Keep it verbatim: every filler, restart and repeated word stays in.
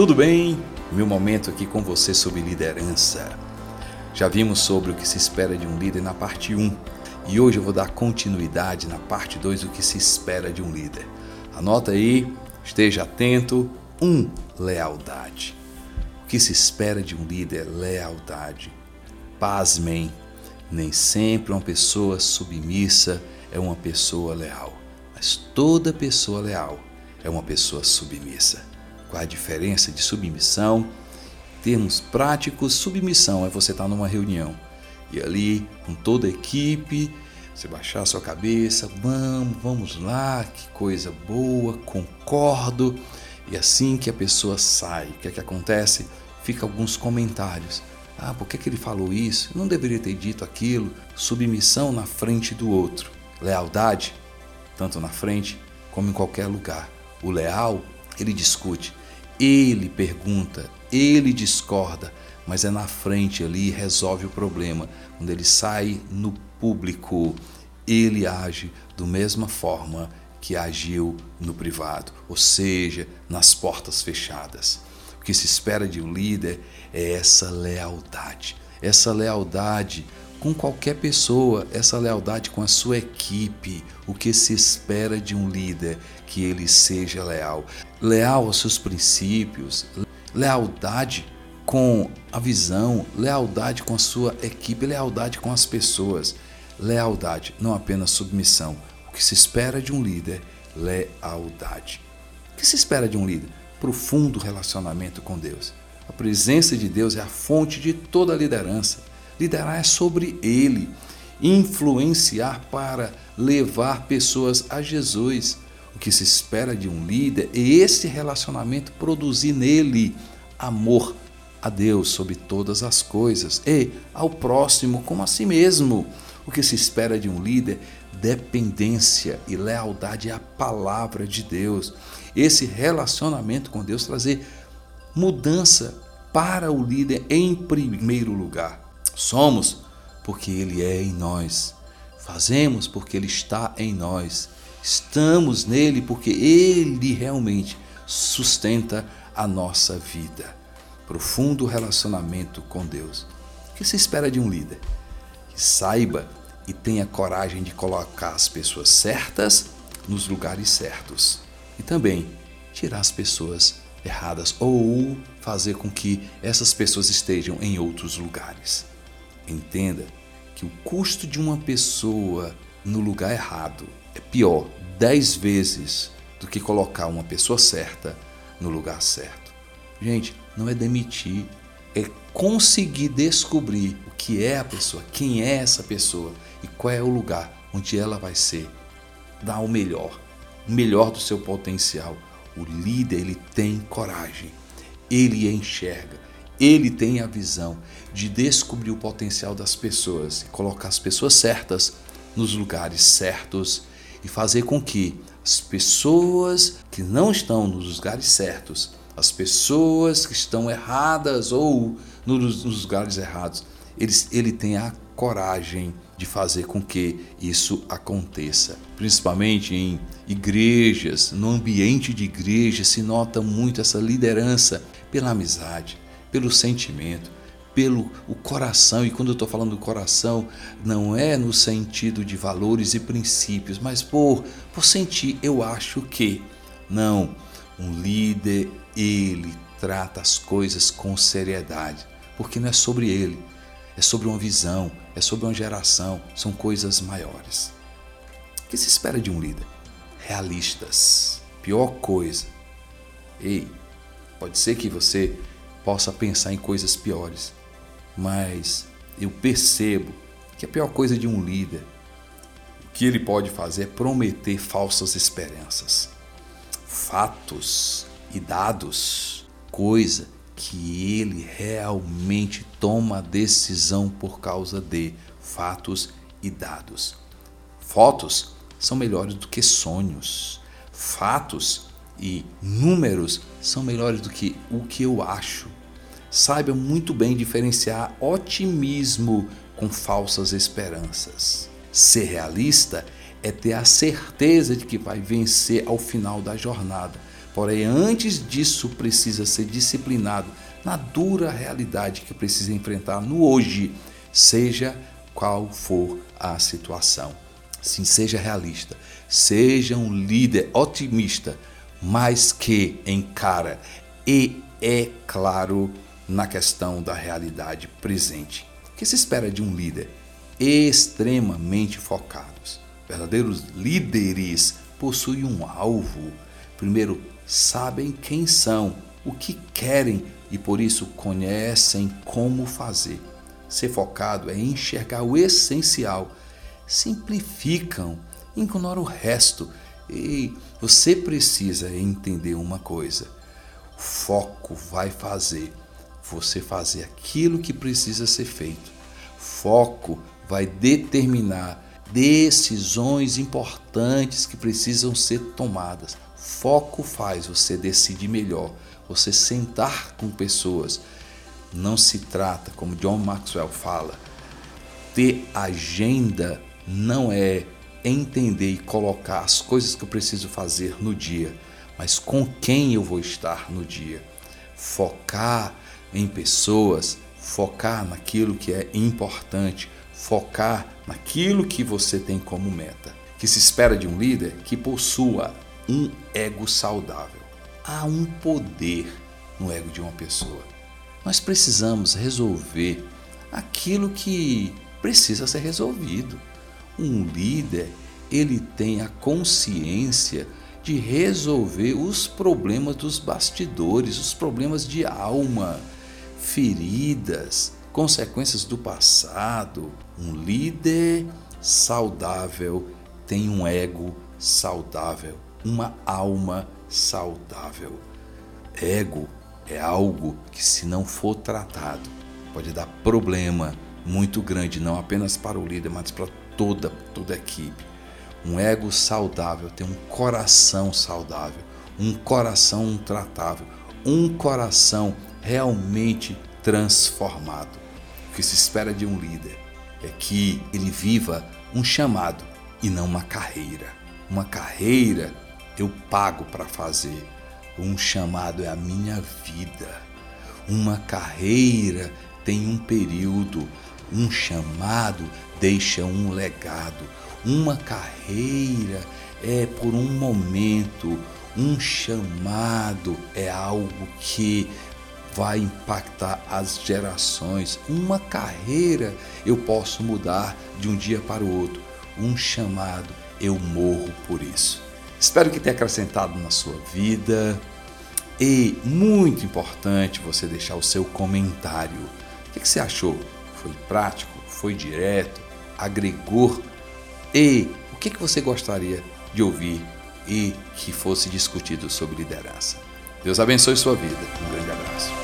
tudo bem? Meu momento aqui com você sobre liderança. Já vimos sobre o que se espera de um líder na parte um e hoje eu vou dar continuidade na parte dois, o que se espera de um líder. Anota aí, esteja atento. um. Lealdade. O que se espera de um líder é lealdade. Pasmem, nem sempre uma pessoa submissa é uma pessoa leal, mas toda pessoa leal é uma pessoa submissa. Qual a diferença de submissão? Em termos práticos, submissão é você estar numa reunião e ali com toda a equipe, você baixar a sua cabeça, vamos, vamos lá, que coisa boa, concordo. E assim que a pessoa sai, o que é que acontece? Fica alguns comentários. Ah, por que que ele falou isso? Eu não deveria ter dito aquilo. Submissão na frente do outro. Lealdade, tanto na frente como em qualquer lugar. O leal, ele discute, ele pergunta, ele discorda, mas é na frente ali, resolve o problema. Quando ele sai no público, ele age da mesma forma que agiu no privado, ou seja, nas portas fechadas. O que se espera de um líder é essa lealdade, essa lealdade com qualquer pessoa, essa lealdade com a sua equipe. O que se espera de um líder? Que ele seja leal, leal aos seus princípios, lealdade com a visão, lealdade com a sua equipe, lealdade com as pessoas, lealdade, não apenas submissão. O que se espera de um líder? Lealdade. O que se espera de um líder? Profundo relacionamento com Deus. A presença de Deus é a fonte de toda a liderança. Liderar é sobre Ele, influenciar para levar pessoas a Jesus. O que se espera de um líder é esse relacionamento produzir nele amor a Deus sobre todas as coisas e ao próximo como a si mesmo. O que se espera de um líder? Dependência e lealdade à palavra de Deus. Esse relacionamento com Deus trazer mudança para o líder em primeiro lugar. Somos porque Ele é em nós. Fazemos porque Ele está em nós. Estamos nele porque Ele realmente sustenta a nossa vida. Profundo relacionamento com Deus. O que se espera de um líder? Que saiba e tenha coragem de colocar as pessoas certas nos lugares certos. E também tirar as pessoas erradas ou fazer com que essas pessoas estejam em outros lugares. Entenda que o custo de uma pessoa no lugar errado é pior dez vezes do que colocar uma pessoa certa no lugar certo. Gente, não é demitir, é conseguir descobrir o que é a pessoa, quem é essa pessoa e qual é o lugar onde ela vai ser, dar o melhor, o melhor do seu potencial. O líder, ele tem coragem, ele enxerga, ele tem a visão de descobrir o potencial das pessoas e colocar as pessoas certas nos lugares certos e fazer com que as pessoas que não estão nos lugares certos, as pessoas que estão erradas ou nos lugares errados, ele, ele tem a coragem de fazer com que isso aconteça. Principalmente em igrejas, no ambiente de igreja se nota muito essa liderança pela amizade, pelo sentimento, pelo o coração. E quando eu estou falando do coração, não é no sentido de valores e princípios, mas por, por sentir, eu acho que. Não, um líder, ele trata as coisas com seriedade, porque não é sobre ele, é sobre uma visão, é sobre uma geração, são coisas maiores. O que se espera de um líder? Realistas. Pior coisa. Ei, pode ser que você possa pensar em coisas piores, mas eu percebo que a pior coisa de um líder, o que ele pode fazer é prometer falsas esperanças. Fatos e dados, coisa que ele realmente toma a decisão por causa de fatos e dados. Fotos são melhores do que sonhos. Fatos e números são melhores do que o que eu acho. Saiba muito bem diferenciar otimismo com falsas esperanças. Ser realista é ter a certeza de que vai vencer ao final da jornada, Porém, antes disso, precisa ser disciplinado na dura realidade que precisa enfrentar no hoje, seja qual for a situação. Sim, seja realista, seja um líder otimista, mas que encara e é claro na questão da realidade presente. O que se espera de um líder? Extremamente focados. Verdadeiros líderes possuem um alvo. Primeiro, sabem quem são, o que querem e por isso conhecem como fazer. Ser focado é enxergar o essencial. Simplificam, ignoram o resto. E você precisa entender uma coisa: o foco vai fazer você fazer aquilo que precisa ser feito. Foco vai determinar decisões importantes que precisam ser tomadas. Foco faz você decidir melhor, você sentar com pessoas. Não se trata, como John Maxwell fala, ter agenda não é entender e colocar as coisas que eu preciso fazer no dia, mas com quem eu vou estar no dia. Focar em pessoas, focar naquilo que é importante, focar naquilo que você tem como meta. Que se espera de um líder que possua um ego saudável. Há um poder no ego de uma pessoa. Nós precisamos resolver aquilo que precisa ser resolvido. Um líder, ele tem a consciência de resolver os problemas dos bastidores, os problemas de alma, feridas, consequências do passado. Um líder saudável tem um ego saudável, uma alma saudável. Ego é algo que, se não for tratado, pode dar problema muito grande, não apenas para o líder, mas para toda, toda a equipe. Um ego saudável tem um coração saudável, um coração tratável, um coração realmente transformado. O que se espera de um líder é que ele viva um chamado e não uma carreira. Uma carreira eu pago para fazer. Um chamado é a minha vida. Uma carreira tem um período. Um chamado deixa um legado. Uma carreira é por um momento. Um chamado é algo que vai impactar as gerações. Uma carreira eu posso mudar de um dia para o outro. Um chamado, eu morro por isso. Espero que tenha acrescentado na sua vida. E muito importante você deixar o seu comentário. O que você achou? Foi prático? Foi direto? Agregou? E o que você gostaria de ouvir e que fosse discutido sobre liderança? Deus abençoe sua vida. Um grande abraço.